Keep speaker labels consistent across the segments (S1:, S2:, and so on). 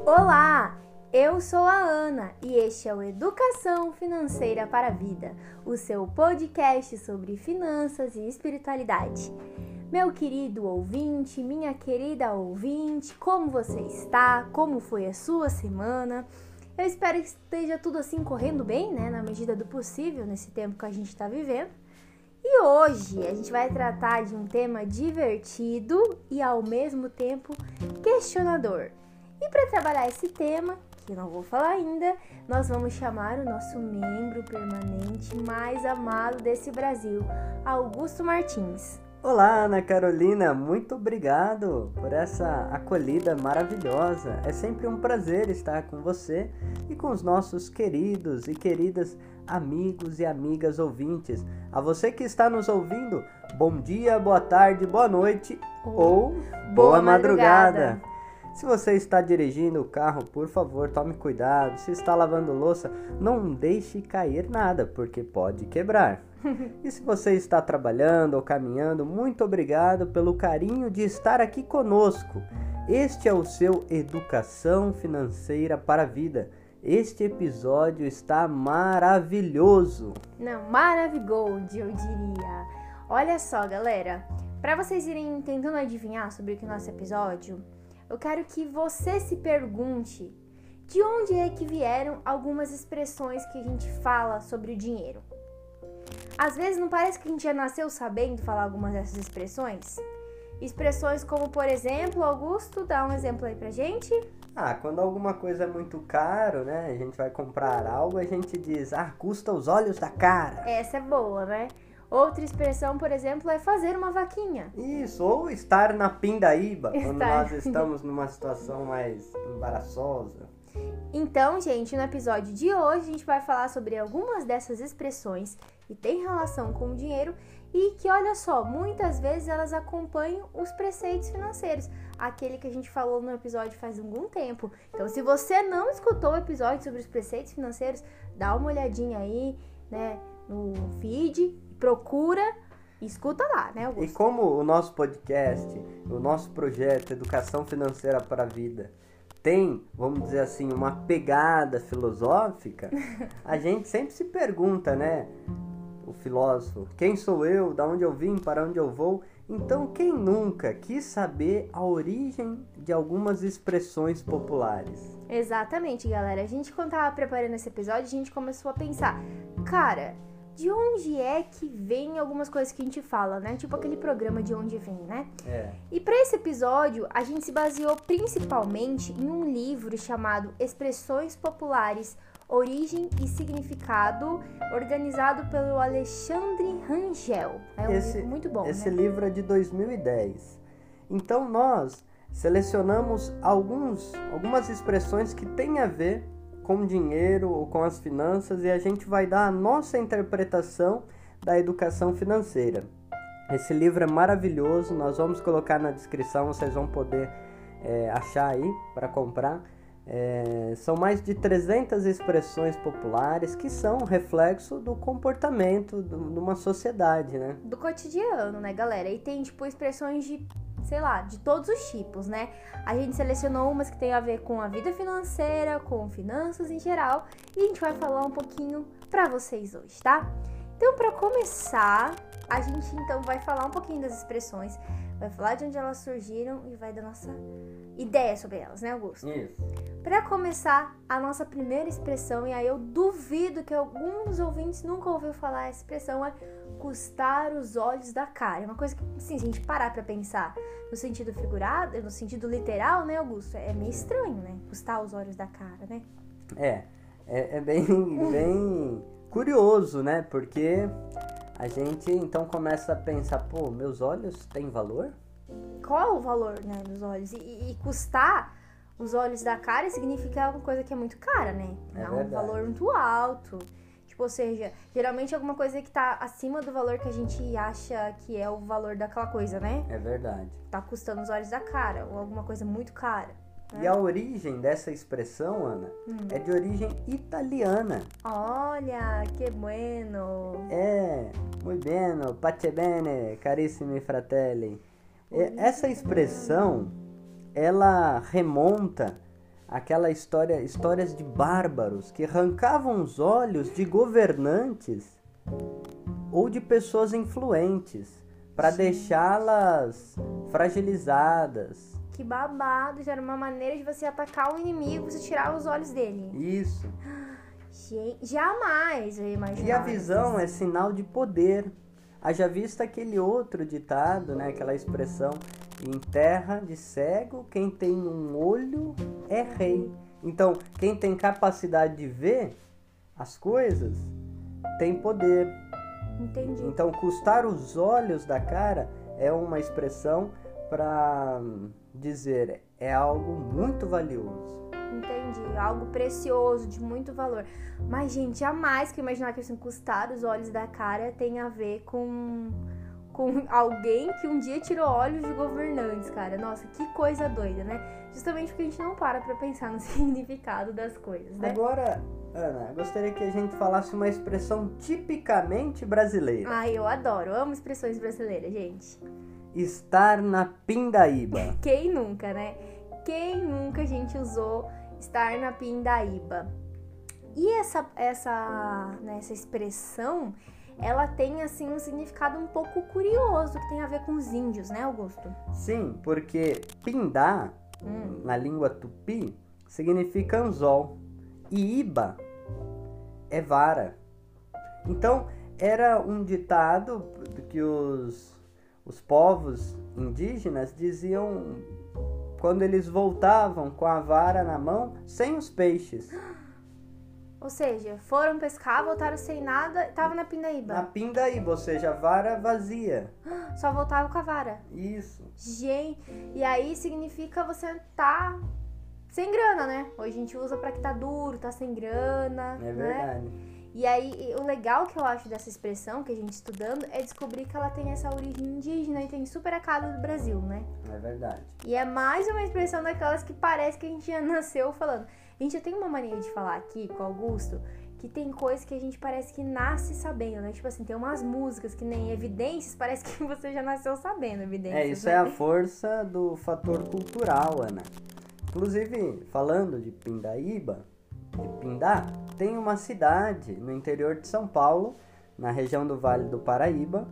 S1: Olá, eu sou a Ana e este é o Educação Financeira para a Vida, o seu podcast sobre finanças e espiritualidade. Meu querido ouvinte, minha querida ouvinte, como você está? Como foi a sua semana? Eu espero que esteja tudo assim correndo bem, né? Na medida do possível, nesse tempo que a gente está vivendo. E hoje a gente vai tratar de um tema divertido e ao mesmo tempo questionador. E para trabalhar esse tema, que eu não vou falar ainda, nós vamos chamar o nosso membro permanente mais amado desse Brasil, Augusto Martins.
S2: Olá, Ana Carolina, muito obrigado por essa acolhida maravilhosa. É sempre um prazer estar com você e com os nossos queridos e queridas amigos e amigas ouvintes. A você que está nos ouvindo, bom dia, boa tarde, boa noite ou boa madrugada. Se você está dirigindo o carro, por favor, tome cuidado. Se está lavando louça, não deixe cair nada, porque pode quebrar. E se você está trabalhando ou caminhando, muito obrigado pelo carinho de estar aqui conosco. Este é o seu Educação Financeira para a Vida. Este episódio está maravilhoso.
S1: Não, maravigold, eu diria. Olha só, galera, para vocês irem tentando adivinhar sobre o que é o nosso episódio, eu quero que você se pergunte de onde é que vieram algumas expressões que a gente fala sobre o dinheiro. Às vezes não parece que a gente já nasceu sabendo falar algumas dessas expressões? Expressões como, por exemplo, Augusto, dá um exemplo aí pra gente.
S2: Quando alguma coisa é muito caro, né? A gente vai comprar algo, a gente diz, custa os olhos da cara.
S1: Essa é boa, né? Outra expressão, por exemplo, é fazer uma vaquinha.
S2: Isso, ou estar na pindaíba, quando nós estamos numa situação mais embaraçosa.
S1: Então, gente, no episódio de hoje a gente vai falar sobre algumas dessas expressões que têm relação com o dinheiro e que, olha só, muitas vezes elas acompanham os preceitos financeiros, aquele que a gente falou no episódio faz algum tempo. Então, se você não escutou o episódio sobre os preceitos financeiros, dá uma olhadinha aí, né, no feed, procura e escuta lá, né, Augusto?
S2: E como o nosso podcast, o nosso projeto Educação Financeira para a Vida tem, vamos dizer assim, uma pegada filosófica, a gente sempre se pergunta, né, o filósofo, quem sou eu, da onde eu vim, para onde eu vou? Então, quem nunca quis saber a origem de algumas expressões populares?
S1: Exatamente, galera. A gente, quando tava preparando esse episódio, a gente começou a pensar, cara, de onde é que vem algumas coisas que a gente fala, né? Tipo aquele programa De Onde Vem, né? E para esse episódio, a gente se baseou principalmente em um livro chamado Expressões Populares, Origem e Significado, organizado pelo Alexandre Rangel. É um livro muito bom,
S2: Esse
S1: né?
S2: livro é de 2010. Então, nós selecionamos algumas expressões que têm a ver com dinheiro ou com as finanças e a gente vai dar a nossa interpretação da educação financeira. Esse livro é maravilhoso, nós vamos colocar na descrição, vocês vão poder achar aí para comprar. São mais de 300 expressões populares que são reflexo do comportamento de uma sociedade, né?
S1: Do cotidiano, né, galera? E tem, tipo, expressões de, sei lá, de todos os tipos, né? A gente selecionou umas que tem a ver com a vida financeira, com finanças em geral, e a gente vai falar um pouquinho pra vocês hoje, tá? Então, pra começar, a gente então vai falar um pouquinho das expressões, vai falar de onde elas surgiram e vai dar nossa ideia sobre elas, né, Augusto?
S2: Isso.
S1: Pra começar, a nossa primeira expressão, e aí eu duvido que alguns ouvintes nunca ouviu falar essa expressão, é custar os olhos da cara. É uma coisa que, assim, se a gente parar pra pensar no sentido figurado, no sentido literal, né, Augusto? É meio estranho, né? Custar os olhos da cara, né?
S2: É bem curioso, né? Porque a gente então começa a pensar, meus olhos têm valor?
S1: Qual é o valor, né, dos olhos? E custar os olhos da cara significa uma coisa que é muito cara, né? É um valor muito alto. Tipo, ou seja, geralmente alguma coisa que tá acima do valor que a gente acha que é o valor daquela coisa, né?
S2: É verdade.
S1: Tá custando os olhos da cara, ou alguma coisa muito cara.
S2: E a origem dessa expressão, Ana, é de origem italiana.
S1: Olha, que bueno!
S2: Muy bene, pace bene, carissimi fratelli. Essa expressão, ela remonta aquela histórias de bárbaros que arrancavam os olhos de governantes ou de pessoas influentes para deixá-las fragilizadas.
S1: Que babado, já era uma maneira de você atacar o inimigo, você tirar os olhos dele.
S2: Isso.
S1: Gente, jamais eu ia imaginar.
S2: E a visão é sinal de poder. Haja vista aquele outro ditado, né? Aquela expressão: em terra de cego, quem tem um olho é rei. Então, quem tem capacidade de ver as coisas tem poder.
S1: Entendi.
S2: Então, custar os olhos da cara é uma expressão para dizer é algo muito valioso.
S1: Entendi, algo precioso, de muito valor. Mas, gente, jamais que eu imaginar que assim, custar os olhos da cara tem a ver com alguém que um dia tirou olhos de governantes, cara. Nossa, que coisa doida, né? Justamente porque a gente não para pra pensar no significado das coisas, né?
S2: Agora, Ana, gostaria que a gente falasse uma expressão tipicamente brasileira.
S1: Ai, eu adoro, amo expressões brasileiras, gente.
S2: Estar na pindaíba.
S1: Quem nunca, né? Quem nunca a gente usou estar na pindaíba? E essa expressão, ela tem, assim, um significado um pouco curioso, que tem a ver com os índios, né, Augusto?
S2: Sim, porque pindá, na língua tupi, significa anzol. E iba é vara. Então, era um ditado que os povos indígenas diziam quando eles voltavam com a vara na mão, sem os peixes.
S1: Ou seja, foram pescar, voltaram sem nada, tava na pindaíba.
S2: Na pindaíba, ou seja, vara vazia.
S1: Só voltava com a vara.
S2: Isso.
S1: Gente, e aí significa você tá sem grana, né? Hoje a gente usa pra que tá duro, tá sem grana,
S2: É
S1: né?
S2: verdade.
S1: E aí, o legal que eu acho dessa expressão, que a gente estudando, é descobrir que ela tem essa origem indígena e tem super a cara do Brasil, né?
S2: É verdade.
S1: E é mais uma expressão daquelas que parece que a gente já nasceu falando. A gente já tem uma mania de falar aqui com o Augusto, que tem coisas que a gente parece que nasce sabendo, né? Tipo assim, tem umas músicas que nem Evidências, parece que você já nasceu sabendo Evidências.
S2: Isso
S1: né?
S2: é a força do fator cultural, Ana. Inclusive, falando de pindaíba, de Pindá, tem uma cidade no interior de São Paulo, na região do Vale do Paraíba,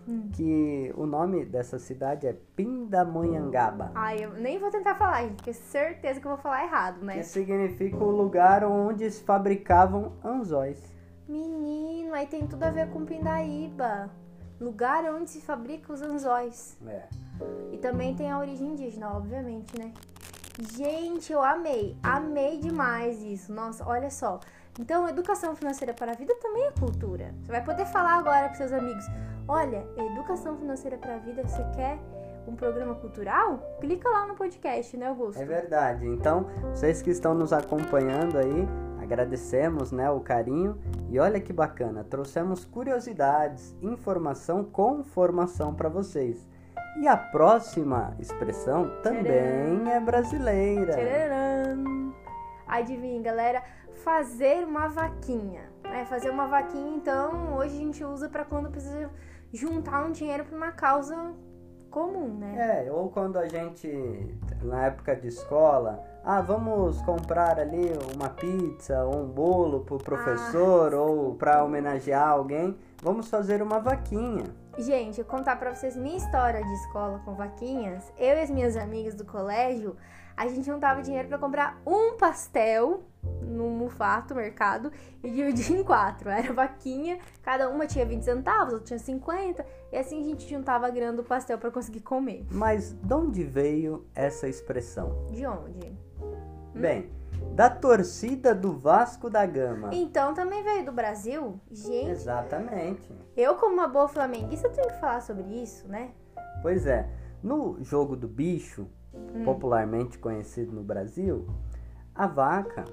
S2: que o nome dessa cidade é Pindamonhangaba.
S1: Ai, eu nem vou tentar falar, gente, porque certeza que eu vou falar errado, né?
S2: Que significa o lugar onde se fabricavam anzóis.
S1: Menino, aí tem tudo a ver com Pindaíba. Lugar onde se fabrica os anzóis.
S2: É.
S1: E também tem a origem indígena, obviamente, né? Gente, eu amei demais isso. Nossa, olha só. Então, educação financeira para a vida também é cultura. Você vai poder falar agora para seus amigos: olha, educação financeira para a vida, você quer um programa cultural? Clica lá no podcast, né, Augusto?
S2: É verdade. Então, vocês que estão nos acompanhando aí, agradecemos, né, o carinho. E olha que bacana, trouxemos curiosidades, informação com formação para vocês. E a próxima expressão também é brasileira.
S1: Tcharam! Adivinha, galera? Fazer uma vaquinha. Fazer uma vaquinha, então, hoje a gente usa para quando precisa juntar um dinheiro para uma causa comum, né?
S2: Ou quando a gente, na época de escola, vamos comprar ali uma pizza ou um bolo pro professor ou para homenagear alguém, vamos fazer uma vaquinha.
S1: Gente, eu contar pra vocês minha história de escola com vaquinhas. Eu e as minhas amigas do colégio, a gente juntava dinheiro pra comprar um pastel no Mufato, mercado, e dividia em 4. Era vaquinha, cada uma tinha 20 centavos, outra tinha 50, e assim a gente juntava a grana do pastel pra conseguir comer.
S2: Mas de onde veio essa expressão?
S1: De onde?
S2: Bem, da torcida do Vasco da Gama.
S1: Então também veio do Brasil? Gente,
S2: Exatamente.
S1: eu como uma boa flamenguista tenho que falar sobre isso, né?
S2: Pois é, no jogo do bicho, popularmente conhecido no Brasil, a vaca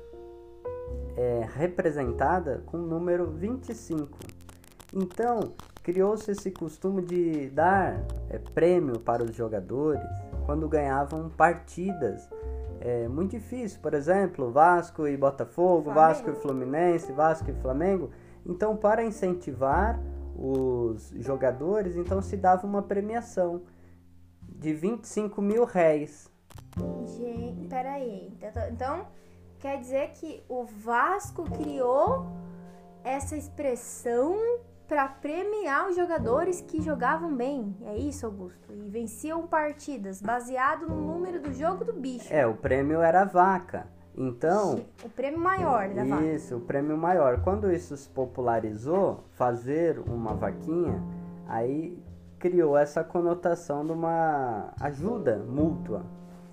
S2: é representada com o número 25. Então, criou-se esse costume de dar prêmio para os jogadores quando ganhavam partidas. É muito difícil, por exemplo, Vasco e Botafogo,
S1: Flamengo.
S2: Vasco e Fluminense, Vasco e Flamengo. Então, para incentivar os jogadores, então se dava uma premiação de 25 mil réis.
S1: Gente, peraí. Então, quer dizer que o Vasco criou essa expressão para premiar os jogadores que jogavam bem. É isso, Augusto? E venciam partidas, baseado no número do jogo do bicho.
S2: O prêmio era vaca. Então...
S1: O prêmio maior da vaca.
S2: Isso, o prêmio maior. Quando isso se popularizou, fazer uma vaquinha, aí criou essa conotação de uma ajuda mútua.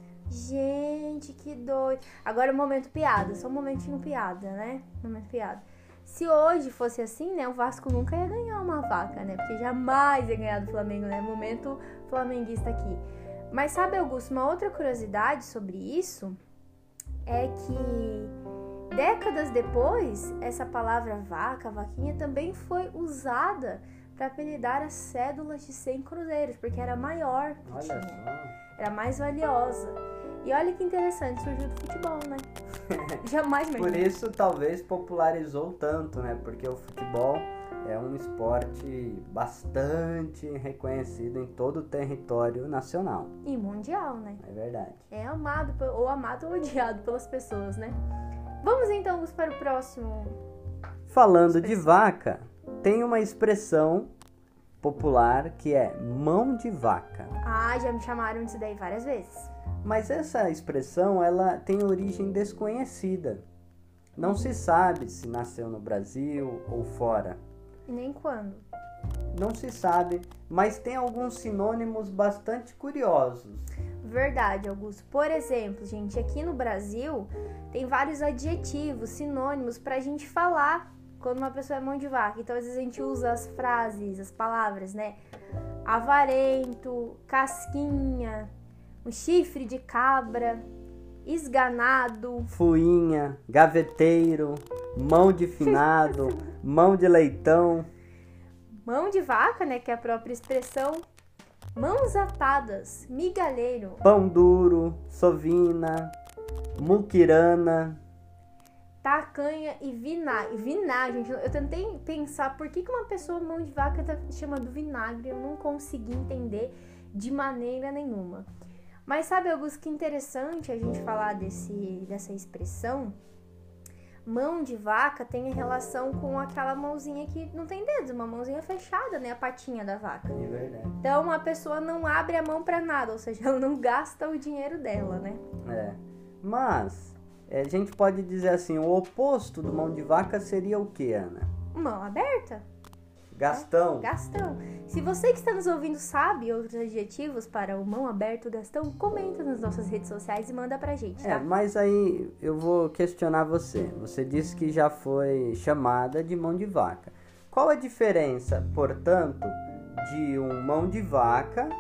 S1: Gente, que doido. Agora o momento piada, só um momentinho piada, né? Momento piada. Se hoje fosse assim, né, o Vasco nunca ia ganhar uma vaca, né? Porque jamais ia ganhar do Flamengo, né? Momento flamenguista aqui. Mas sabe, Augusto, uma outra curiosidade sobre isso é que décadas depois, essa palavra vaca, vaquinha, também foi usada para apelidar as cédulas de 100 cruzeiros, porque era maior que
S2: Olha
S1: tinha.
S2: só.
S1: Era mais valiosa. E olha que interessante, surgiu do futebol, né? Jamais
S2: Por isso, talvez, popularizou tanto, né? Porque o futebol é um esporte bastante reconhecido em todo o território nacional.
S1: E mundial, né?
S2: É verdade.
S1: É amado ou odiado pelas pessoas, né? Vamos então para o próximo.
S2: Falando de vaca, tem uma expressão popular que é mão de vaca.
S1: Ah, já me chamaram disso daí várias vezes.
S2: Mas essa expressão, ela tem origem desconhecida. Não se sabe se nasceu no Brasil ou fora.
S1: E nem quando.
S2: Não se sabe, mas tem alguns sinônimos bastante curiosos.
S1: Verdade, Augusto. Por exemplo, gente, aqui no Brasil tem vários adjetivos, sinônimos pra gente falar quando uma pessoa é mão de vaca. Então, às vezes a gente usa as frases, as palavras, né? Avarento, casquinha, um chifre de cabra, esganado,
S2: Fuinha, gaveteiro, mão de finado, mão de leitão.
S1: mão de vaca, né, que é a própria expressão, mãos atadas, migalheiro,
S2: Pão duro, sovina, muquirana.
S1: tacanha e vinagre. Vinagre, gente, eu tentei pensar por que uma pessoa mão de vaca tá chamando vinagre, eu não consegui entender de maneira nenhuma. Mas sabe, Augusto, que interessante a gente falar dessa expressão? Mão de vaca tem relação com aquela mãozinha que não tem dedos, uma mãozinha fechada, né? A patinha da vaca.
S2: É verdade.
S1: Então, a pessoa não abre a mão pra nada, ou seja, ela não gasta o dinheiro dela, né?
S2: Mas a gente pode dizer assim, o oposto do mão de vaca seria o que, Ana?
S1: Mão aberta.
S2: Gastão.
S1: Gastão. Se você que está nos ouvindo sabe outros adjetivos para o mão aberto, gastão, comenta nas nossas redes sociais e manda pra gente, tá?
S2: Mas aí eu vou questionar você. Você disse que já foi chamada de mão de vaca. Qual a diferença, portanto, de um mão de vaca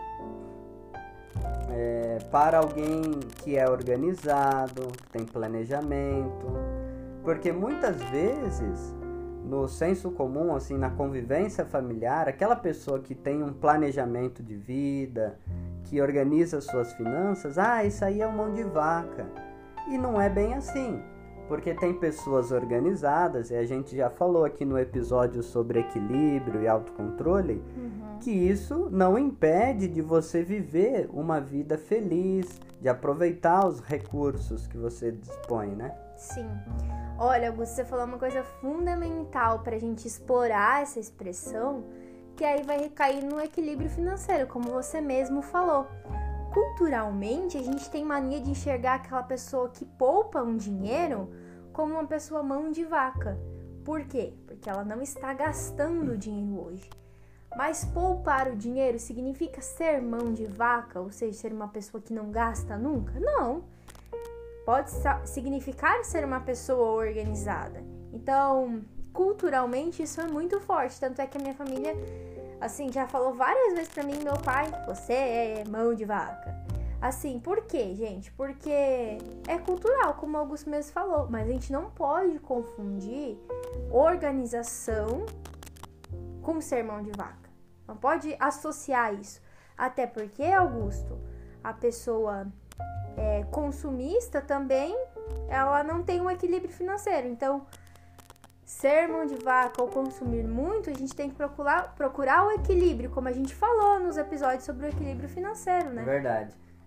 S2: para alguém que é organizado, que tem planejamento? Porque muitas vezes, no senso comum, assim, na convivência familiar, aquela pessoa que tem um planejamento de vida, que organiza suas finanças, isso aí é um mão de vaca. E não é bem assim, porque tem pessoas organizadas, e a gente já falou aqui no episódio sobre equilíbrio e autocontrole, que isso não impede de você viver uma vida feliz, de aproveitar os recursos que você dispõe, né?
S1: Sim. Olha, Augusto, você falou uma coisa fundamental pra gente explorar essa expressão, que aí vai recair no equilíbrio financeiro, como você mesmo falou. Culturalmente, a gente tem mania de enxergar aquela pessoa que poupa um dinheiro como uma pessoa mão de vaca. Por quê? Porque ela não está gastando o dinheiro hoje. Mas poupar o dinheiro significa ser mão de vaca, ou seja, ser uma pessoa que não gasta nunca? Não. Pode significar ser uma pessoa organizada. Então, culturalmente, isso é muito forte. Tanto é que a minha família, assim, já falou várias vezes pra mim, meu pai, você é mão de vaca. Assim, por quê, gente? Porque é cultural, como o Augusto mesmo falou. Mas a gente não pode confundir organização com ser mão de vaca. Não pode associar isso. Até porque, Augusto, a pessoa consumista também, ela não tem um equilíbrio financeiro. Então, ser mão de vaca ou consumir muito, a gente tem que procurar o equilíbrio, como a gente falou nos episódios sobre o equilíbrio financeiro, né?
S2: Verdade.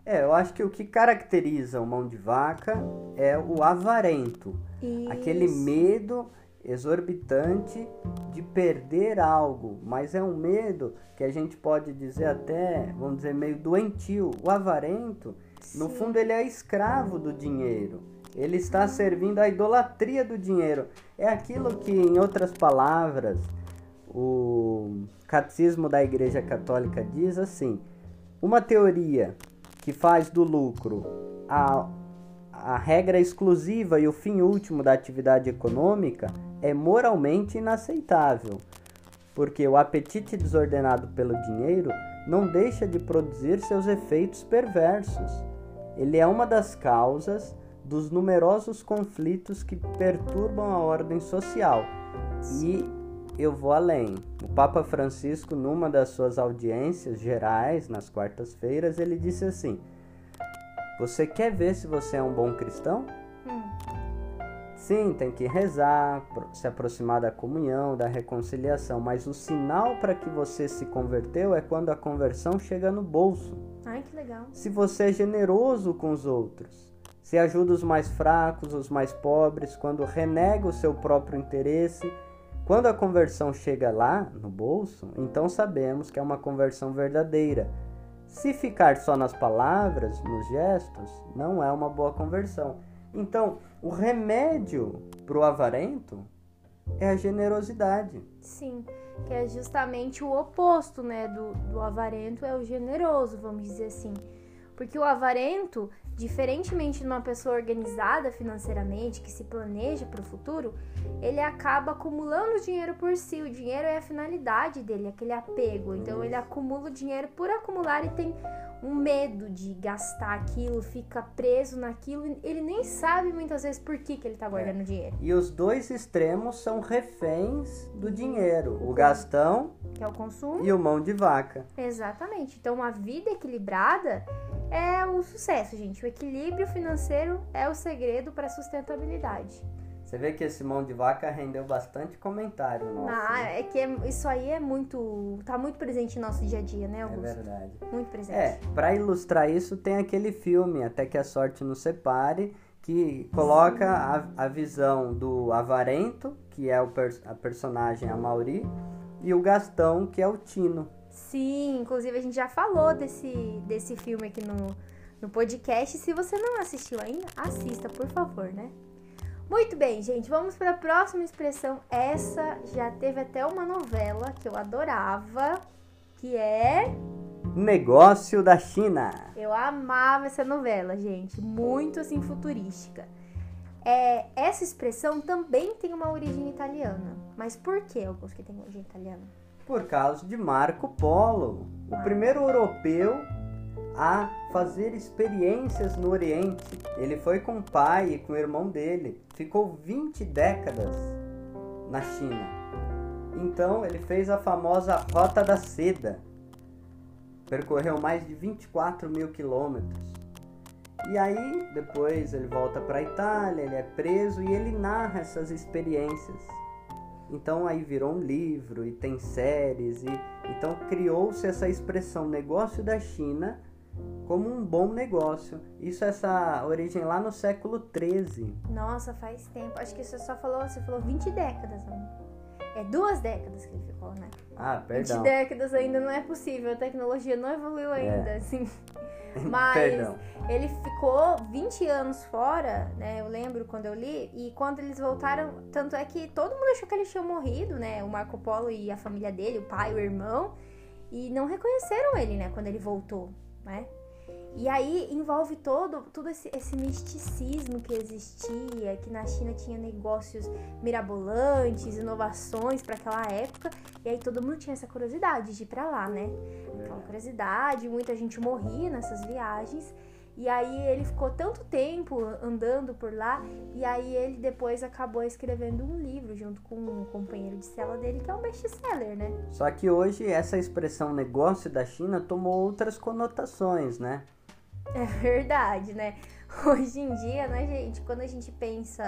S2: Eu acho que o que caracteriza o mão de vaca é o avarento.
S1: Isso.
S2: Aquele medo exorbitante de perder algo, mas é um medo que a gente pode dizer até, vamos dizer, meio doentio. O avarento, no
S1: Sim.
S2: fundo, ele é escravo do dinheiro. Ele está servindo à idolatria do dinheiro. É aquilo que, em outras palavras, o Catecismo da Igreja Católica diz assim: uma teoria que faz do lucro a regra exclusiva e o fim último da atividade econômica é moralmente inaceitável, porque o apetite desordenado pelo dinheiro não deixa de produzir seus efeitos perversos. Ele é uma das causas dos numerosos conflitos que perturbam a ordem social. E eu vou além. O Papa Francisco, numa das suas audiências gerais, nas quartas-feiras, ele disse assim: você quer ver se você é um bom cristão? Sim, tem que rezar, se aproximar da comunhão, da reconciliação, mas o sinal para que você se converteu é quando a conversão chega no bolso.
S1: Ai, que legal.
S2: Se você é generoso com os outros, se ajuda os mais fracos, os mais pobres, quando renega o seu próprio interesse, quando a conversão chega lá, no bolso, então sabemos que é uma conversão verdadeira. Se ficar só nas palavras, nos gestos, não é uma boa conversão. Então, o remédio para o avarento é a generosidade.
S1: Sim, que é justamente o oposto, né, do avarento, é o generoso, vamos dizer assim. Porque o avarento, diferentemente de uma pessoa organizada financeiramente, que se planeja para o futuro, ele acaba acumulando dinheiro por si. O dinheiro é a finalidade dele, aquele apego. Então ele acumula o dinheiro por acumular e tem um medo de gastar aquilo, fica preso naquilo. Ele nem sabe muitas vezes por que ele está guardando dinheiro.
S2: E os dois extremos são reféns do dinheiro. O gastão,
S1: que é o consumo,
S2: e o mão de vaca.
S1: Exatamente. Então uma vida equilibrada é o sucesso, gente. O equilíbrio financeiro é o segredo para a sustentabilidade.
S2: Você vê que esse mão de vaca rendeu bastante comentário nosso.
S1: É que isso aí tá muito presente em nosso dia a dia, né, Augusto?
S2: É verdade.
S1: Muito presente.
S2: Para ilustrar isso, tem aquele filme, Até que a Sorte Nos Separe, que coloca a visão do avarento, que é a personagem Amaury, e o gastão, que é o Tino.
S1: Sim, inclusive a gente já falou desse filme aqui no podcast. Se você não assistiu ainda, assista, por favor, né? Muito bem, gente, vamos para a próxima expressão. Essa já teve até uma novela que eu adorava, que é...
S2: Negócio da China.
S1: Eu amava essa novela, gente, muito assim futurística. Essa expressão também tem uma origem italiana. Mas por que, Augusto, que tem origem italiana?
S2: Por causa de Marco Polo, o primeiro europeu a fazer experiências no Oriente. Ele foi com o pai e com o irmão dele. Ficou 20 décadas na China. Então ele fez a famosa Rota da Seda. Percorreu mais de 24 mil quilômetros. E aí, depois ele volta para a Itália, ele é preso e ele narra essas experiências. Então aí virou um livro e tem séries. Então criou-se essa expressão negócio da China como um bom negócio. Isso, essa origem lá no século XIII.
S1: Nossa, faz tempo. Acho que você falou 20 décadas, amor. 2 décadas que ele ficou, né?
S2: Ah, perdão.
S1: 20 décadas ainda não é possível, a tecnologia não evoluiu ainda, assim. Mas
S2: Perdão.
S1: Ele ficou 20 anos fora, né? Eu lembro quando eu li, e quando eles voltaram, tanto é que todo mundo achou que eles tinham morrido, né? O Marco Polo e a família dele, o pai, o irmão, e não reconheceram ele, né? Quando ele voltou, né? E aí envolve todo esse misticismo que existia, que na China tinha negócios mirabolantes, inovações para aquela época, e aí todo mundo tinha essa curiosidade de ir para lá, né? Aquela curiosidade, muita gente morria nessas viagens, e aí ele ficou tanto tempo andando por lá, e aí ele depois acabou escrevendo um livro junto com um companheiro de cela dele, que é um best-seller, né?
S2: Só que hoje essa expressão negócio da China tomou outras conotações, né?
S1: É verdade, né? Hoje em dia, né, gente, quando a gente pensa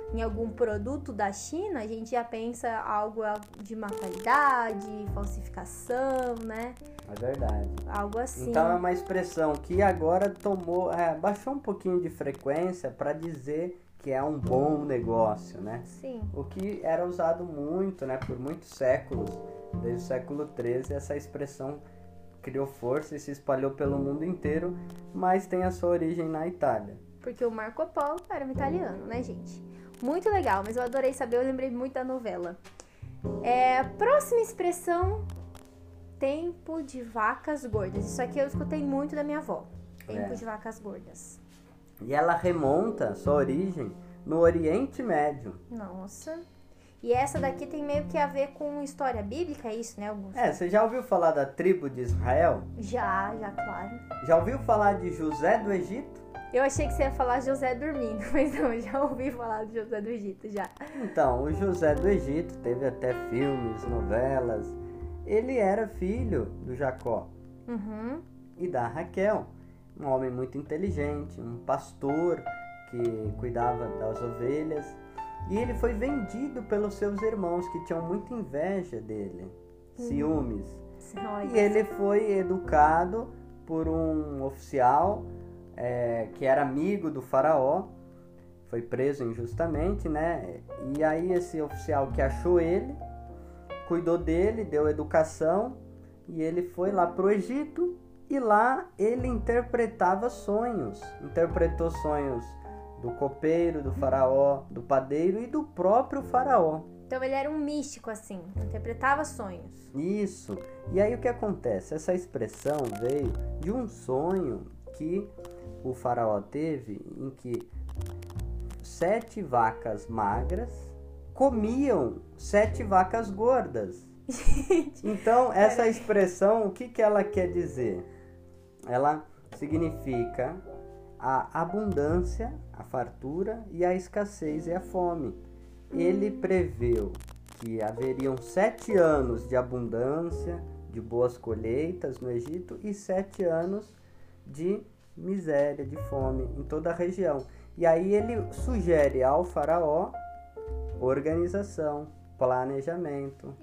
S1: em algum produto da China, a gente já pensa algo de má qualidade, falsificação, né?
S2: É verdade.
S1: Algo assim.
S2: Então é uma expressão que agora baixou um pouquinho de frequência para dizer que é um bom negócio, né?
S1: Sim.
S2: O que era usado muito, né, por muitos séculos, desde o século XIII, essa expressão criou força e se espalhou pelo mundo inteiro, mas tem a sua origem na Itália.
S1: Porque o Marco Polo era um italiano, né, gente? Muito legal, mas eu adorei saber, eu lembrei muito da novela. Próxima expressão, tempo de vacas gordas. Isso aqui eu escutei muito da minha avó. Tempo de vacas gordas.
S2: E ela remonta sua origem no Oriente Médio.
S1: Nossa. E essa daqui tem meio que a ver com história bíblica, é isso, né, Augusto?
S2: Você já ouviu falar da tribo de Israel?
S1: Já, claro.
S2: Já ouviu falar de José do Egito?
S1: Eu achei que você ia falar José dormindo, mas não, já ouvi falar de José do Egito, já.
S2: Então, o José do Egito teve até filmes, novelas. Ele era filho do Jacó e da Raquel, um homem muito inteligente, um pastor que cuidava das ovelhas. E ele foi vendido pelos seus irmãos, que tinham muita inveja dele, ciúmes. E ele foi educado por um oficial que era amigo do faraó, foi preso injustamente, né? E aí esse oficial que achou ele, cuidou dele, deu educação, e ele foi lá pro Egito, e lá ele interpretou sonhos do copeiro, do faraó, do padeiro e do próprio faraó.
S1: Então ele era um místico, assim, interpretava sonhos.
S2: Isso. E aí o que acontece? Essa expressão veio de um sonho que o faraó teve, em que 7 vacas magras comiam 7 vacas gordas.
S1: Gente,
S2: então essa expressão, o que ela quer dizer? Ela significa a abundância, a fartura e a escassez e a fome. Ele preveu que haveriam 7 anos de abundância, de boas colheitas no Egito e 7 anos de miséria, de fome em toda a região. E aí ele sugere ao faraó organização, planejamento.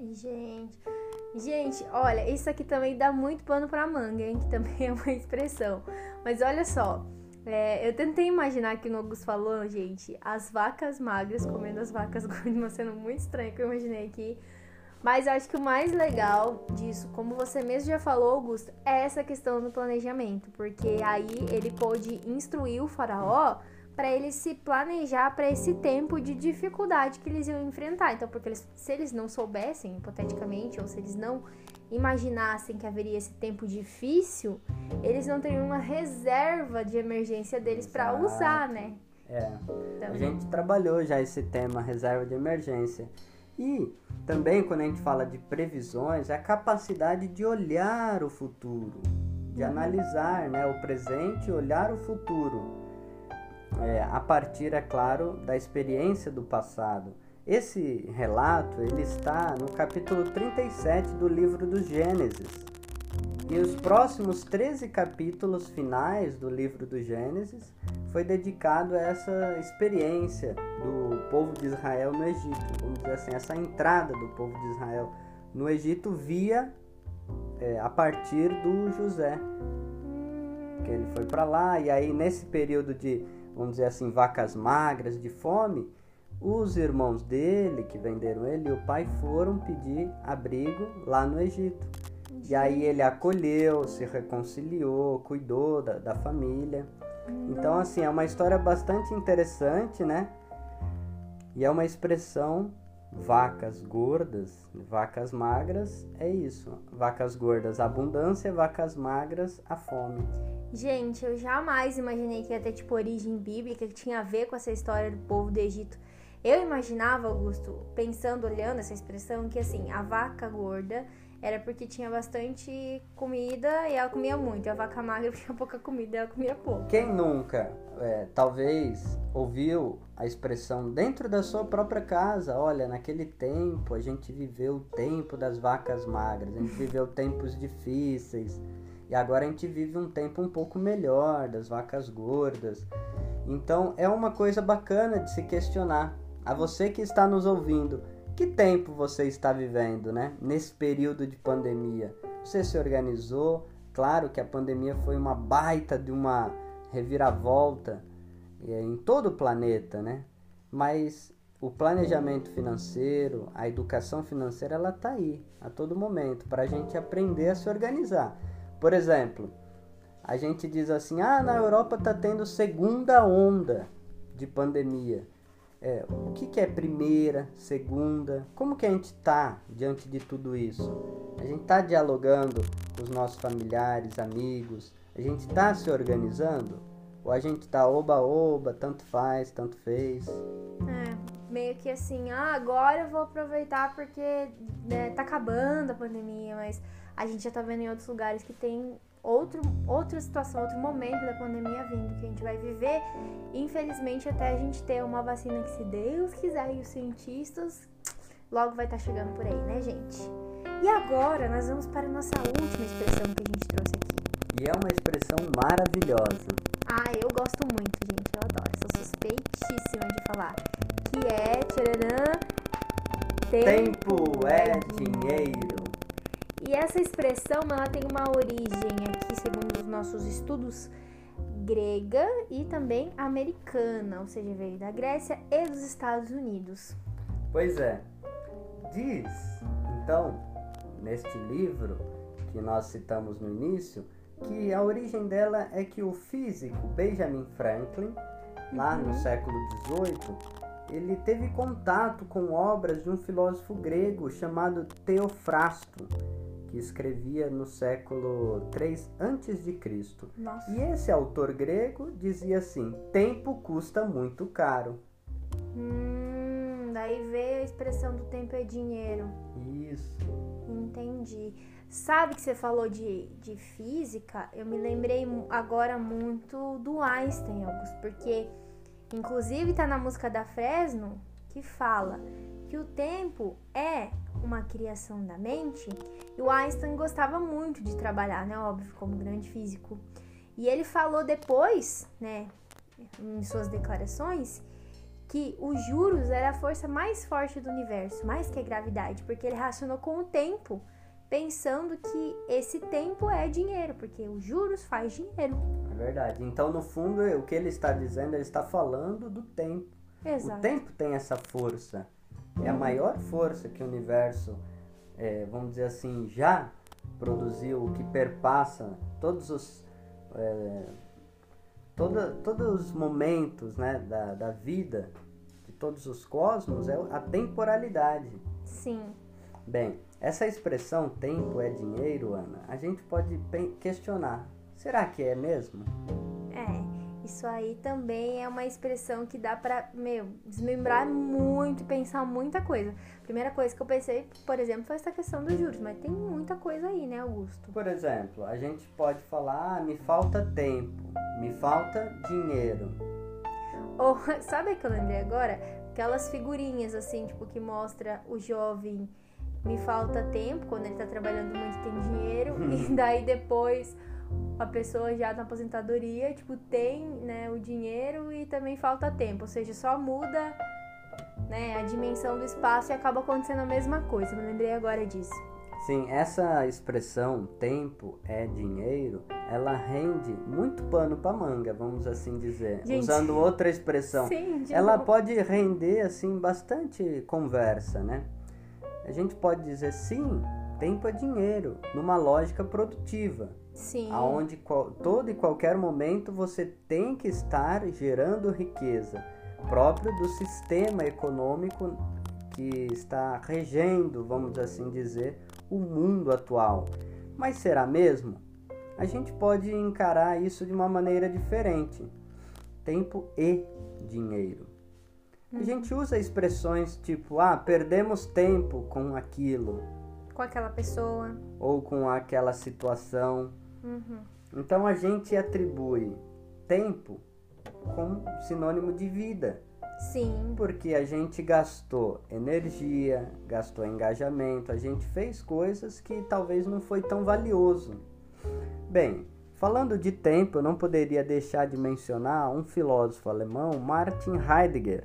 S1: Gente, olha, isso aqui também dá muito pano pra manga, hein? Que também é uma expressão. Mas olha só, eu tentei imaginar que o Augusto falou, gente, as vacas magras comendo as vacas gordas, uma cena muito estranha que eu imaginei aqui. Mas eu acho que o mais legal disso, como você mesmo já falou, Augusto, é essa questão do planejamento. Porque aí ele pôde instruir o faraó para ele se planejar para esse tempo de dificuldade que eles iam enfrentar. Então, porque se eles não soubessem, hipoteticamente, ou se eles não imaginassem que haveria esse tempo difícil, eles não teriam uma reserva de emergência deles para usar, né?
S2: A gente trabalhou já esse tema, reserva de emergência. E também, quando a gente fala de previsões, é a capacidade de olhar o futuro, de analisar, né, o presente e olhar o futuro. A partir, é claro, da experiência do passado. Esse relato ele está no capítulo 37 do livro do Gênesis. E os próximos 13 capítulos finais do livro do Gênesis foi dedicado a essa experiência do povo de Israel no Egito. Vamos dizer assim, essa entrada do povo de Israel no Egito via a partir do José. Que ele foi para lá e aí nesse período de, vamos dizer assim, vacas magras, de fome, os irmãos dele, que venderam ele, e o pai foram pedir abrigo lá no Egito. E aí ele acolheu, se reconciliou, cuidou da família. Então, assim, é uma história bastante interessante, né? E é uma expressão, vacas gordas, vacas magras, é isso. Vacas gordas, abundância, vacas magras, a fome.
S1: Gente, eu jamais imaginei que ia ter, tipo, origem bíblica, que tinha a ver com essa história do povo do Egito. Eu imaginava, Augusto, pensando, olhando essa expressão, que, assim, a vaca gorda era porque tinha bastante comida e ela comia muito. E a vaca magra tinha pouca comida e ela comia pouco.
S2: Quem nunca, talvez, ouviu a expressão dentro da sua própria casa? Olha, naquele tempo a gente viveu o tempo das vacas magras, a gente viveu tempos difíceis. E agora a gente vive um tempo um pouco melhor, das vacas gordas. Então é uma coisa bacana de se questionar. a você que está nos ouvindo, que tempo você está vivendo, né? Nesse período de pandemia. Você se organizou? Claro que a pandemia foi uma baita de uma reviravolta em todo o planeta, né? Mas o planejamento financeiro, a educação financeira, ela está aí a todo momento para a gente aprender a se organizar. Por exemplo, a gente diz assim, na Europa está tendo segunda onda de pandemia. O que é primeira, segunda? Como que a gente está diante de tudo isso? A gente está dialogando com os nossos familiares, amigos? A gente está se organizando? Ou a gente está oba-oba, tanto faz, tanto fez?
S1: Meio que assim, agora eu vou aproveitar porque tá acabando a pandemia, mas a gente já tá vendo em outros lugares que tem outra situação, outro momento da pandemia vindo, que a gente vai viver, infelizmente, até a gente ter uma vacina que, se Deus quiser, e os cientistas, logo vai estar chegando por aí, né, gente? E agora, nós vamos para a nossa última expressão que a gente trouxe aqui.
S2: E é uma expressão maravilhosa.
S1: Eu gosto muito, gente, eu adoro, sou suspeitíssima de falar, que é, tcharam,
S2: tempo é dinheiro.
S1: E essa expressão, ela tem uma origem aqui, segundo os nossos estudos, grega e também americana, ou seja, veio da Grécia e dos Estados Unidos.
S2: Pois é. Diz, então, neste livro que nós citamos no início, que a origem dela é que o físico Benjamin Franklin, lá no século XVIII, ele teve contato com obras de um filósofo grego chamado Teofrasto, que escrevia no século 3 a.C.
S1: Nossa.
S2: E esse autor grego dizia assim, tempo custa muito caro.
S1: Daí veio a expressão do tempo é dinheiro.
S2: Isso.
S1: Entendi. Sabe que você falou de física? Eu me lembrei agora muito do Einstein, Augusto, porque inclusive tá na música da Fresno que fala que o tempo é uma criação da mente, e o Einstein gostava muito de trabalhar, né, óbvio, como grande físico. E ele falou depois, né, em suas declarações, que os juros era a força mais forte do universo, mais que a gravidade, porque ele relacionou com o tempo, pensando que esse tempo é dinheiro, porque os juros faz dinheiro.
S2: É verdade. Então, no fundo, o que ele está dizendo, ele está falando do tempo.
S1: Exato.
S2: O tempo tem essa força. É a maior força que o universo, vamos dizer assim, já produziu, que perpassa todos os momentos, né, da vida, de todos os cosmos, é a temporalidade.
S1: Sim.
S2: Bem, essa expressão tempo é dinheiro, Ana, a gente pode questionar. Será que é mesmo?
S1: Isso aí também é uma expressão que dá pra, desmembrar muito e pensar muita coisa. Primeira coisa que eu pensei, por exemplo, foi essa questão dos juros, mas tem muita coisa aí, né, Augusto?
S2: Por exemplo, a gente pode falar, me falta tempo, me falta dinheiro.
S1: Ou, sabe o que eu lembrei agora? Aquelas figurinhas, assim, tipo, que mostra o jovem, me falta tempo, quando ele tá trabalhando muito e tem dinheiro, e daí depois a pessoa já na aposentadoria, tipo, tem, né, o dinheiro e também falta tempo, ou seja, só muda, né, a dimensão do espaço e acaba acontecendo a mesma coisa. Me lembrei agora disso.
S2: Sim, essa expressão tempo é dinheiro, ela rende muito pano para manga, vamos assim dizer.
S1: Gente,
S2: usando outra expressão.
S1: Sim,
S2: ela pode render assim bastante conversa, né? A gente pode dizer sim, tempo é dinheiro, numa lógica produtiva.
S1: Sim.
S2: Onde todo e qualquer momento você tem que estar gerando riqueza, próprio do sistema econômico que está regendo, vamos assim dizer, o mundo atual. Mas será mesmo? A gente pode encarar isso de uma maneira diferente. Tempo e dinheiro. A gente usa expressões tipo, perdemos tempo com aquilo.
S1: Com aquela pessoa.
S2: Ou com aquela situação. Então a gente atribui tempo com sinônimo de vida.
S1: Sim.
S2: Porque a gente gastou energia, gastou engajamento, a gente fez coisas que talvez não foi tão valioso. Bem, falando de tempo, eu não poderia deixar de mencionar um filósofo alemão, Martin Heidegger, que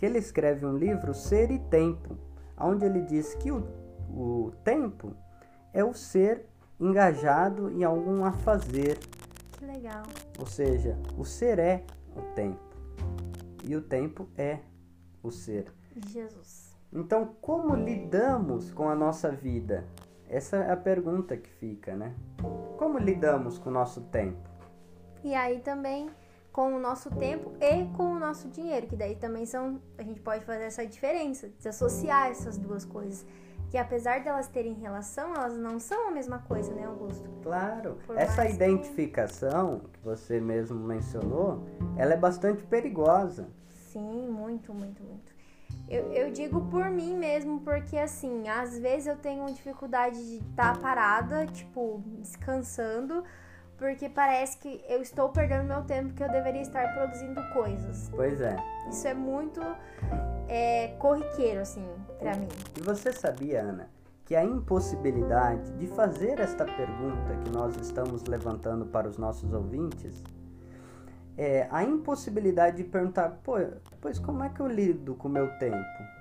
S2: que ele escreve um livro, Ser e Tempo, onde ele diz que o tempo é o ser engajado em algum afazer.
S1: Que legal.
S2: Ou seja, o ser é o tempo e o tempo é o ser.
S1: Jesus.
S2: Então, como lidamos com a nossa vida? Essa é a pergunta que fica, né? Como lidamos com o nosso tempo?
S1: E aí também com o nosso tempo e com o nosso dinheiro, que daí também a gente pode fazer essa diferença, desassociar essas duas coisas. Que apesar de elas terem relação, elas não são a mesma coisa, né, Augusto?
S2: Claro,
S1: Por
S2: essa
S1: mais
S2: identificação que você mesmo mencionou, ela é bastante perigosa.
S1: Sim, muito, muito, muito. Eu digo por mim mesmo, porque assim, às vezes eu tenho dificuldade de estar parada, tipo, descansando, porque parece que eu estou perdendo meu tempo que eu deveria estar produzindo coisas.
S2: Pois é.
S1: Isso é muito corriqueiro, assim, pra mim.
S2: E você sabia, Ana, que a impossibilidade de fazer esta pergunta que nós estamos levantando para os nossos ouvintes é a impossibilidade de perguntar, pois como é que eu lido com o meu tempo?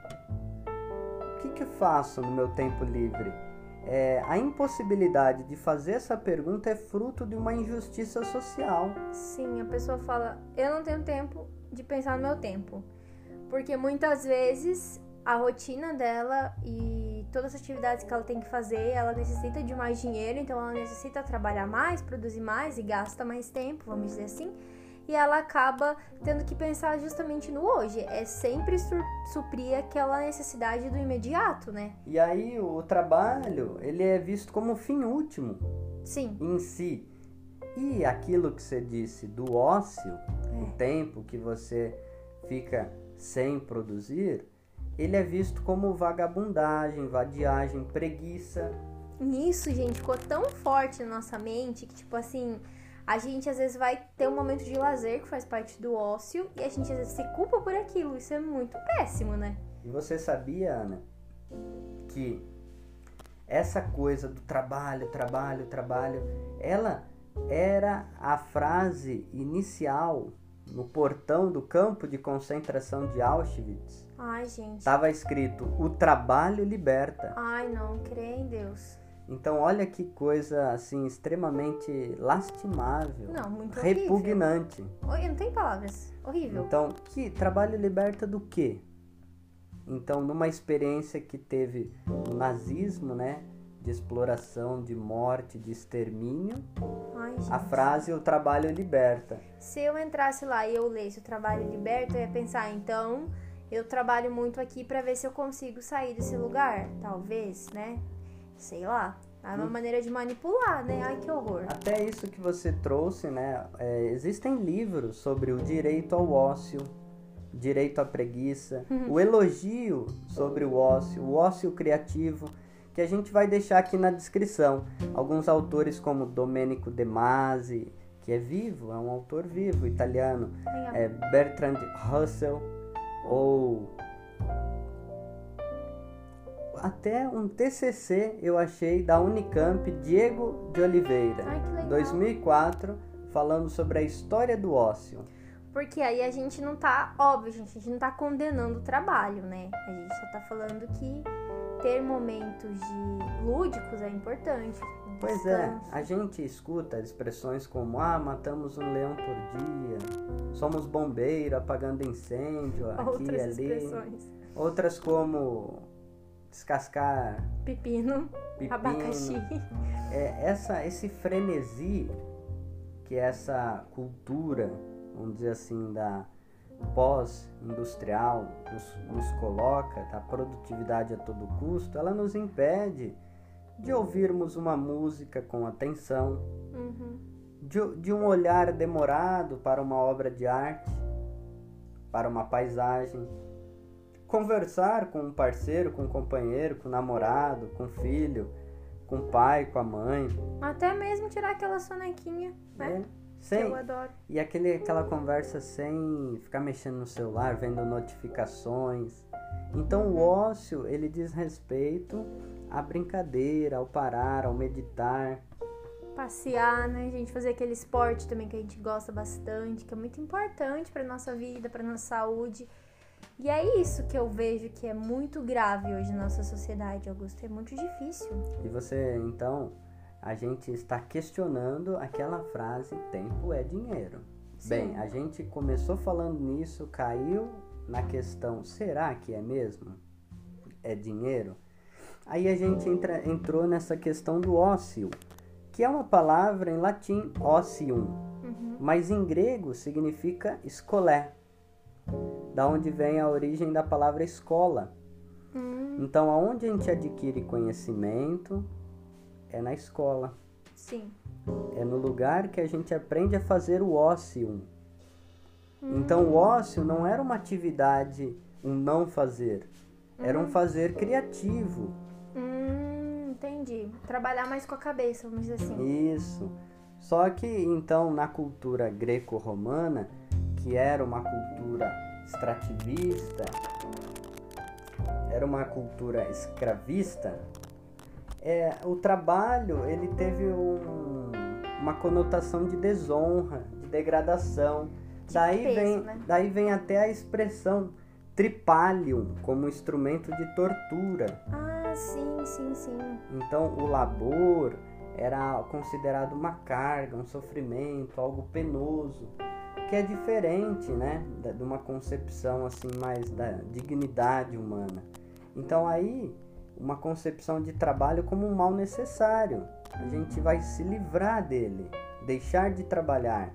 S2: O que eu faço no meu tempo livre? A impossibilidade de fazer essa pergunta é fruto de uma injustiça social.
S1: Sim, a pessoa fala, eu não tenho tempo de pensar no meu tempo. Porque muitas vezes a rotina dela e todas as atividades que ela tem que fazer, ela necessita de mais dinheiro, então ela necessita trabalhar mais, produzir mais e gasta mais tempo, vamos dizer assim. E ela acaba tendo que pensar justamente no hoje. É sempre suprir aquela necessidade do imediato, né?
S2: E aí o trabalho, ele é visto como fim último.
S1: Sim.
S2: Em si. E aquilo que você disse do ócio, o tempo que você fica sem produzir, ele é visto como vagabundagem, vadiagem, preguiça.
S1: Isso, gente, ficou tão forte na nossa mente que, tipo assim, a gente às vezes vai ter um momento de lazer que faz parte do ócio e a gente às vezes se culpa por aquilo. Isso é muito péssimo, né?
S2: E você sabia, Ana, que essa coisa do trabalho, ela era a frase inicial no portão do campo de concentração de Auschwitz.
S1: Ai, gente.
S2: Estava escrito, o trabalho liberta.
S1: Ai, não, crê em Deus.
S2: Então, olha que coisa, assim, extremamente lastimável.
S1: Não, muito
S2: repugnante.
S1: Horrível. Não tem palavras. Horrível.
S2: Então, que trabalho liberta do quê? Então, numa experiência que teve o nazismo, né? De exploração, de morte, de extermínio.
S1: Ai, gente.
S2: A frase, o trabalho liberta.
S1: Se eu entrasse lá e eu lesse o trabalho liberta, eu ia pensar, então, eu trabalho muito aqui pra ver se eu consigo sair desse lugar. Talvez, né? Sei lá. É uma maneira de manipular, né? Ai, que horror.
S2: Até isso que você trouxe, né? Existem livros sobre o direito ao ócio, direito à preguiça, o elogio sobre o ócio criativo, que a gente vai deixar aqui na descrição. Alguns autores como Domenico De Masi, que é vivo, é um autor vivo, italiano, Bertrand Russell, ou até um TCC eu achei da Unicamp, Diego de Oliveira,
S1: Ai, que legal.
S2: 2004, falando sobre a história do ócio.
S1: Porque aí a gente não tá, óbvio, gente, a gente não tá condenando o trabalho, né? A gente só tá falando que ter momentos de lúdicos é importante.
S2: Pois é, a gente escuta expressões como, matamos um leão por dia, somos bombeiro apagando incêndio aqui e
S1: Outras
S2: ali.
S1: expressões.
S2: Outras como descascar
S1: Pepino,
S2: pepino.
S1: abacaxi.
S2: Esse frenesi, que essa cultura, vamos dizer assim, da pós-industrial nos coloca, da produtividade a todo custo, ela nos impede de ouvirmos uma música com atenção, de um olhar demorado para uma obra de arte, para uma paisagem, conversar com um parceiro, com um companheiro, com um namorado, com um filho, com o pai, com a mãe.
S1: Até mesmo tirar aquela sonequinha, né? Que eu adoro.
S2: E aquela conversa sem ficar mexendo no celular, vendo notificações. Então o ócio, ele diz respeito à brincadeira, ao parar, ao meditar.
S1: Passear, né, gente? Fazer aquele esporte também que a gente gosta bastante, que é muito importante pra nossa vida, pra nossa saúde. E é isso que eu vejo que é muito grave hoje na nossa sociedade, Augusto. É muito difícil.
S2: E você, então, a gente está questionando aquela frase, tempo é dinheiro.
S1: Sim.
S2: Bem, a gente começou falando nisso, caiu na questão, será que é mesmo? É dinheiro? Aí a gente entrou nessa questão do ócio, que é uma palavra em latim, ocium, mas em grego significa escolé, da onde vem a origem da palavra escola. Então, aonde a gente adquire conhecimento é na escola.
S1: Sim.
S2: É no lugar que a gente aprende a fazer o ócio. Então, o ócio não era uma atividade, um não fazer. Era um fazer criativo.
S1: Entendi. Trabalhar mais com a cabeça, vamos dizer assim.
S2: Isso. Só que, então, na cultura greco-romana, que era uma cultura extrativista, era uma cultura escravista, o trabalho ele teve uma conotação de desonra, de degradação. Daí vem até a expressão tripalium como instrumento de tortura.
S1: Ah, sim.
S2: Então o labor era considerado uma carga, um sofrimento, algo penoso, que é diferente, né, de uma concepção assim mais da dignidade humana. Então aí uma concepção de trabalho como um mal necessário. A gente vai se livrar dele, deixar de trabalhar.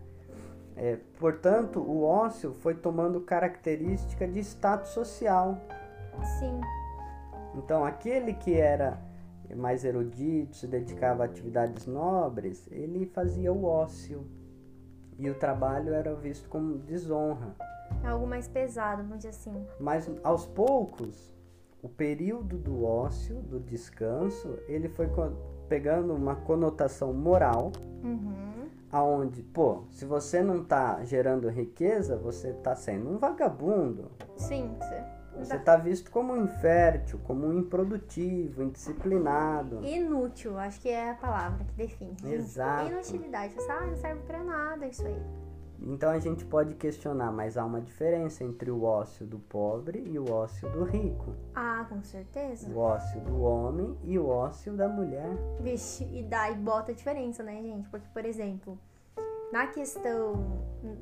S2: Portanto, o ócio foi tomando característica de status social.
S1: Sim.
S2: Então, aquele que era mais erudito, se dedicava a atividades nobres, ele fazia o ócio. E o trabalho era visto como desonra.
S1: É algo mais pesado, vamos dizer assim.
S2: Mas, aos poucos, o período do ócio, do descanso, ele foi pegando uma conotação moral, aonde, se você não está gerando riqueza, você está sendo um vagabundo.
S1: Sim.
S2: Você está visto como um infértil, como um improdutivo, indisciplinado.
S1: Inútil, acho que é a palavra que define.
S2: Exato.
S1: Inutilidade. Você não serve pra nada isso aí.
S2: Então a gente pode questionar, mas há uma diferença entre o ócio do pobre e o ócio do rico.
S1: Ah, com certeza.
S2: O ócio do homem e o ócio da mulher.
S1: Vixe, e daí bota a diferença, né, gente? Porque, por exemplo, na questão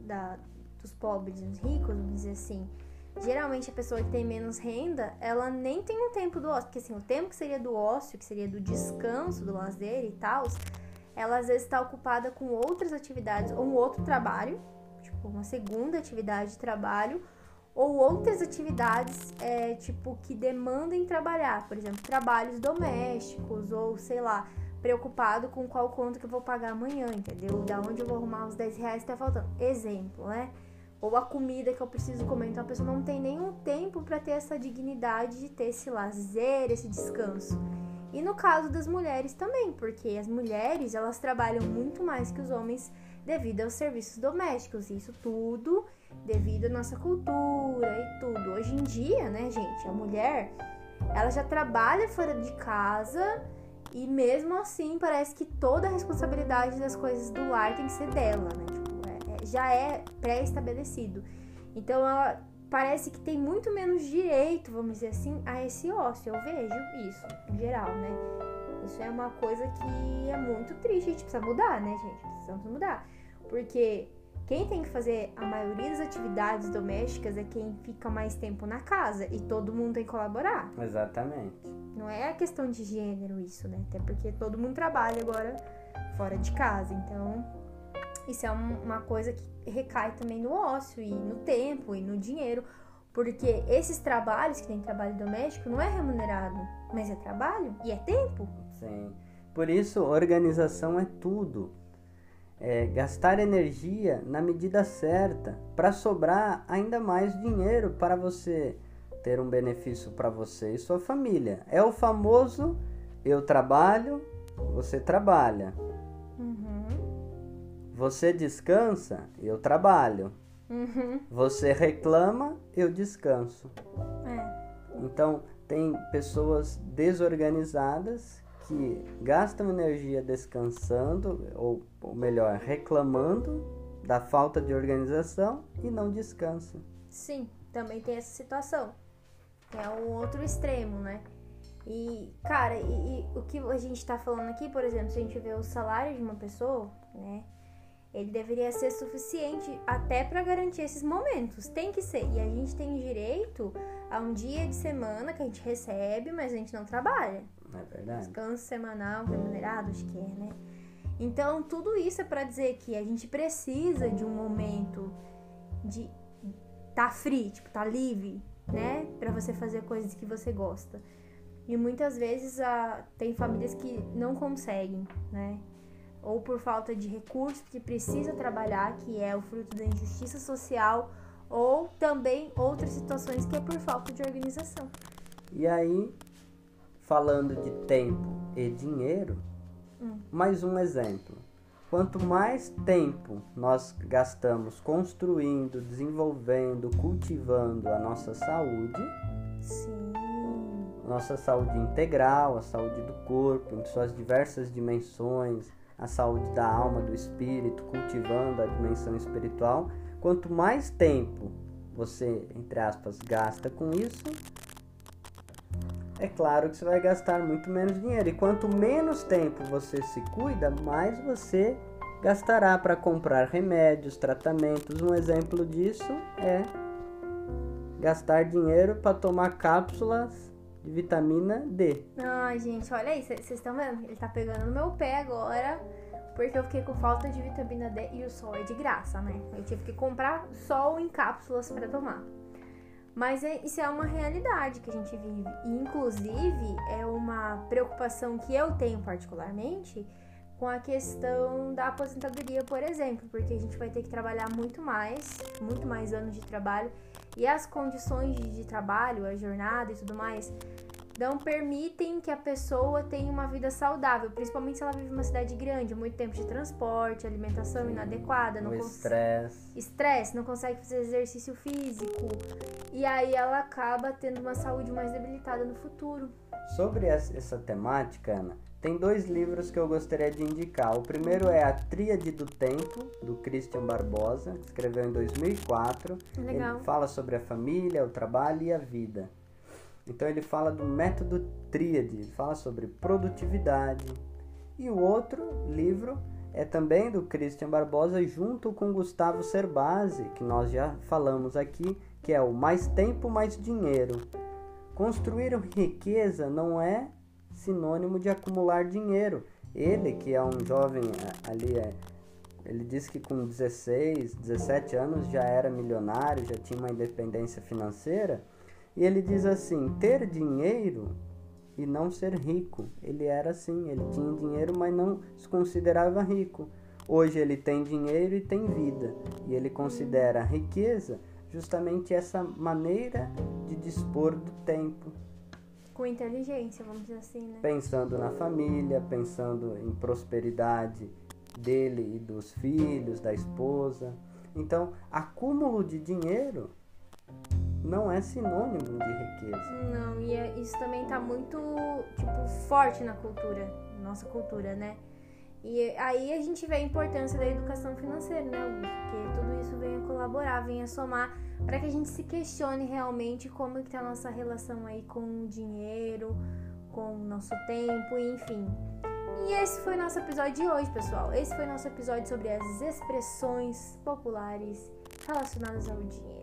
S1: dos pobres e dos ricos, vamos dizer assim, geralmente a pessoa que tem menos renda, ela nem tem um tempo do ócio. Porque assim, o tempo que seria do ócio, que seria do descanso, do lazer e tal, ela às vezes está ocupada com outras atividades, ou um outro trabalho, tipo uma segunda atividade de trabalho, ou outras atividades, que demandem trabalhar. Por exemplo, trabalhos domésticos, ou sei lá, preocupado com qual conta que eu vou pagar amanhã, entendeu? Da onde eu vou arrumar os 10 reais que tá faltando. Exemplo, né? Ou a comida que eu preciso comer. Então a pessoa não tem nenhum tempo para ter essa dignidade de ter esse lazer, esse descanso. E no caso das mulheres também, porque as mulheres, elas trabalham muito mais que os homens devido aos serviços domésticos. Isso tudo devido à nossa cultura e tudo. Hoje em dia, né, gente, a mulher, ela já trabalha fora de casa e mesmo assim parece que toda a responsabilidade das coisas do lar tem que ser dela, né? Já é pré-estabelecido. Então, ela parece que tem muito menos direito, vamos dizer assim, a esse ócio. Eu vejo isso, em geral, né? Isso é uma coisa que é muito triste. A gente precisa mudar, né, gente? Precisamos mudar. Porque quem tem que fazer a maioria das atividades domésticas é quem fica mais tempo na casa. E todo mundo tem que colaborar.
S2: Exatamente.
S1: Não é a questão de gênero isso, né? Até porque todo mundo trabalha agora fora de casa. Então, isso é uma coisa que recai também no ócio e no tempo e no dinheiro, porque esses trabalhos que tem trabalho doméstico não é remunerado, mas é trabalho e é tempo.
S2: Sim. Por isso, organização é tudo. Gastar energia na medida certa para sobrar ainda mais dinheiro para você ter um benefício para você e sua família. É o famoso eu trabalho, você trabalha. Você descansa, eu trabalho. Você reclama, eu descanso. Então, tem pessoas desorganizadas que gastam energia descansando, ou melhor, reclamando da falta de organização e não descansam.
S1: Sim, também tem essa situação, que é um outro extremo, né? E, cara, e o que a gente tá falando aqui, por exemplo, se a gente vê o salário de uma pessoa, né? Ele deveria ser suficiente até para garantir esses momentos. Tem que ser. E a gente tem direito a um dia de semana que a gente recebe, mas a gente não trabalha.
S2: É verdade.
S1: Descanso semanal, remunerado, acho que é, né? Então, tudo isso é para dizer que a gente precisa de um momento de tá free, tipo, tá livre, né? Para você fazer coisas que você gosta. E muitas vezes tem famílias que não conseguem, né? Ou por falta de recursos, que precisa trabalhar, que é o fruto da injustiça social, ou também outras situações que é por falta de organização.
S2: E aí, falando de tempo e dinheiro, mais um exemplo. Quanto mais tempo nós gastamos construindo, desenvolvendo, cultivando a nossa saúde,
S1: Sim.
S2: Nossa saúde integral, a saúde do corpo, em suas diversas dimensões, a saúde da alma, do espírito, cultivando a dimensão espiritual. Quanto mais tempo você, entre aspas, gasta com isso, é claro que você vai gastar muito menos dinheiro. E quanto menos tempo você se cuida, mais você gastará para comprar remédios, tratamentos. Um exemplo disso é gastar dinheiro para tomar cápsulas de vitamina D.
S1: Ai, gente, olha aí, vocês estão vendo? Ele tá pegando no meu pé agora, porque eu fiquei com falta de vitamina D e o sol é de graça, né? Eu tive que comprar sol em cápsulas para tomar. Mas isso é uma realidade que a gente vive. E, inclusive, é uma preocupação que eu tenho particularmente com a questão da aposentadoria, por exemplo, porque a gente vai ter que trabalhar muito mais anos de trabalho. E as condições de trabalho, a jornada e tudo mais, não permitem que a pessoa tenha uma vida saudável, principalmente se ela vive em uma cidade grande, muito tempo de transporte, alimentação inadequada, estresse, não consegue fazer exercício físico, e aí ela acaba tendo uma saúde mais debilitada no futuro.
S2: Sobre essa temática, Ana, tem 2 livros que eu gostaria de indicar. O primeiro é A Tríade do Tempo, do Christian Barbosa, que escreveu em 2004.
S1: Legal.
S2: Ele fala sobre a família, o trabalho e a vida. Então ele fala do método tríade, ele fala sobre produtividade. E o outro livro é também do Christian Barbosa, junto com Gustavo Cerbasi, que nós já falamos aqui, que é o Mais Tempo, Mais Dinheiro. Construir riqueza não é sinônimo de acumular dinheiro. Ele, que é um jovem ali, ele disse que com 16, 17 anos já era milionário, já tinha uma independência financeira. E ele diz assim, ter dinheiro e não ser rico. Ele era assim, ele tinha dinheiro, mas não se considerava rico. Hoje ele tem dinheiro e tem vida. E ele considera a riqueza justamente essa maneira de dispor do tempo.
S1: Com inteligência, vamos dizer assim, né?
S2: Pensando na família, pensando em prosperidade dele e dos filhos, da esposa. Então, acúmulo de dinheiro não é sinônimo de riqueza.
S1: Não, e isso também tá muito, forte na cultura, nossa cultura, né? E aí a gente vê a importância da educação financeira, né, Augusto? Porque tudo isso vem a colaborar, vem a somar para que a gente se questione realmente como que tá a nossa relação aí com o dinheiro, com o nosso tempo, enfim. E esse foi o nosso episódio de hoje, pessoal. Esse foi o nosso episódio sobre as expressões populares relacionadas ao dinheiro.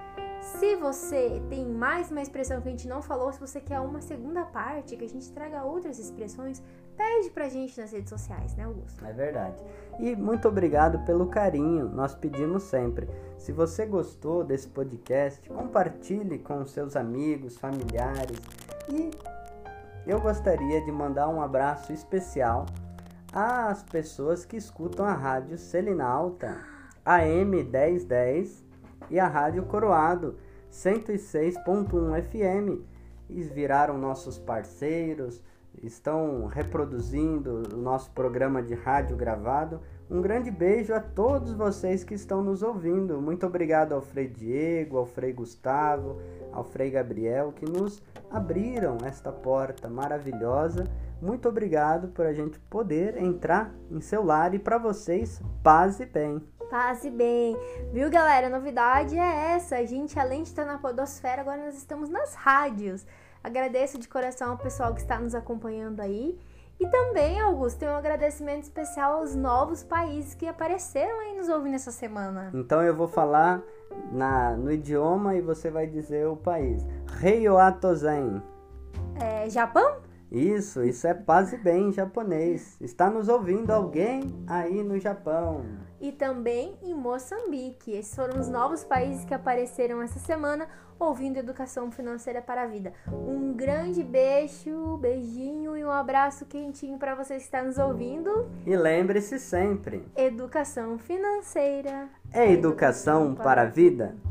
S1: Se você tem mais uma expressão que a gente não falou, se você quer uma segunda parte, que a gente traga outras expressões, pede pra gente nas redes sociais, né, Augusto?
S2: É verdade. E muito obrigado pelo carinho, nós pedimos sempre. Se você gostou desse podcast, compartilhe com seus amigos, familiares. E eu gostaria de mandar um abraço especial às pessoas que escutam a Rádio Celina Alta, AM 1010, e a Rádio Coroado 106.1 FM. Eles viraram nossos parceiros, estão reproduzindo o nosso programa de rádio gravado. Um grande beijo a todos vocês que estão nos ouvindo. Muito obrigado ao Frei Diego, ao Frei Gustavo, ao Frei Gabriel, que nos abriram esta porta maravilhosa. Muito obrigado por a gente poder entrar em seu lar, e para vocês, paz e bem.
S1: Paz e bem. Viu, galera? A novidade é essa. A gente, além de estar na podosfera, agora nós estamos nas rádios. Agradeço de coração ao pessoal que está nos acompanhando aí. E também, Augusto, tem um agradecimento especial aos novos países que apareceram aí nos ouvindo essa semana.
S2: Então eu vou falar no idioma e você vai dizer o país. Ryoatozen.
S1: Japão?
S2: Isso é paz e bem em japonês. Está nos ouvindo alguém aí no Japão.
S1: E também em Moçambique. Esses foram os novos países que apareceram essa semana ouvindo Educação Financeira para a Vida. Um grande beijinho e um abraço quentinho para você que está nos ouvindo.
S2: E lembre-se sempre,
S1: Educação financeira
S2: é educação para a vida.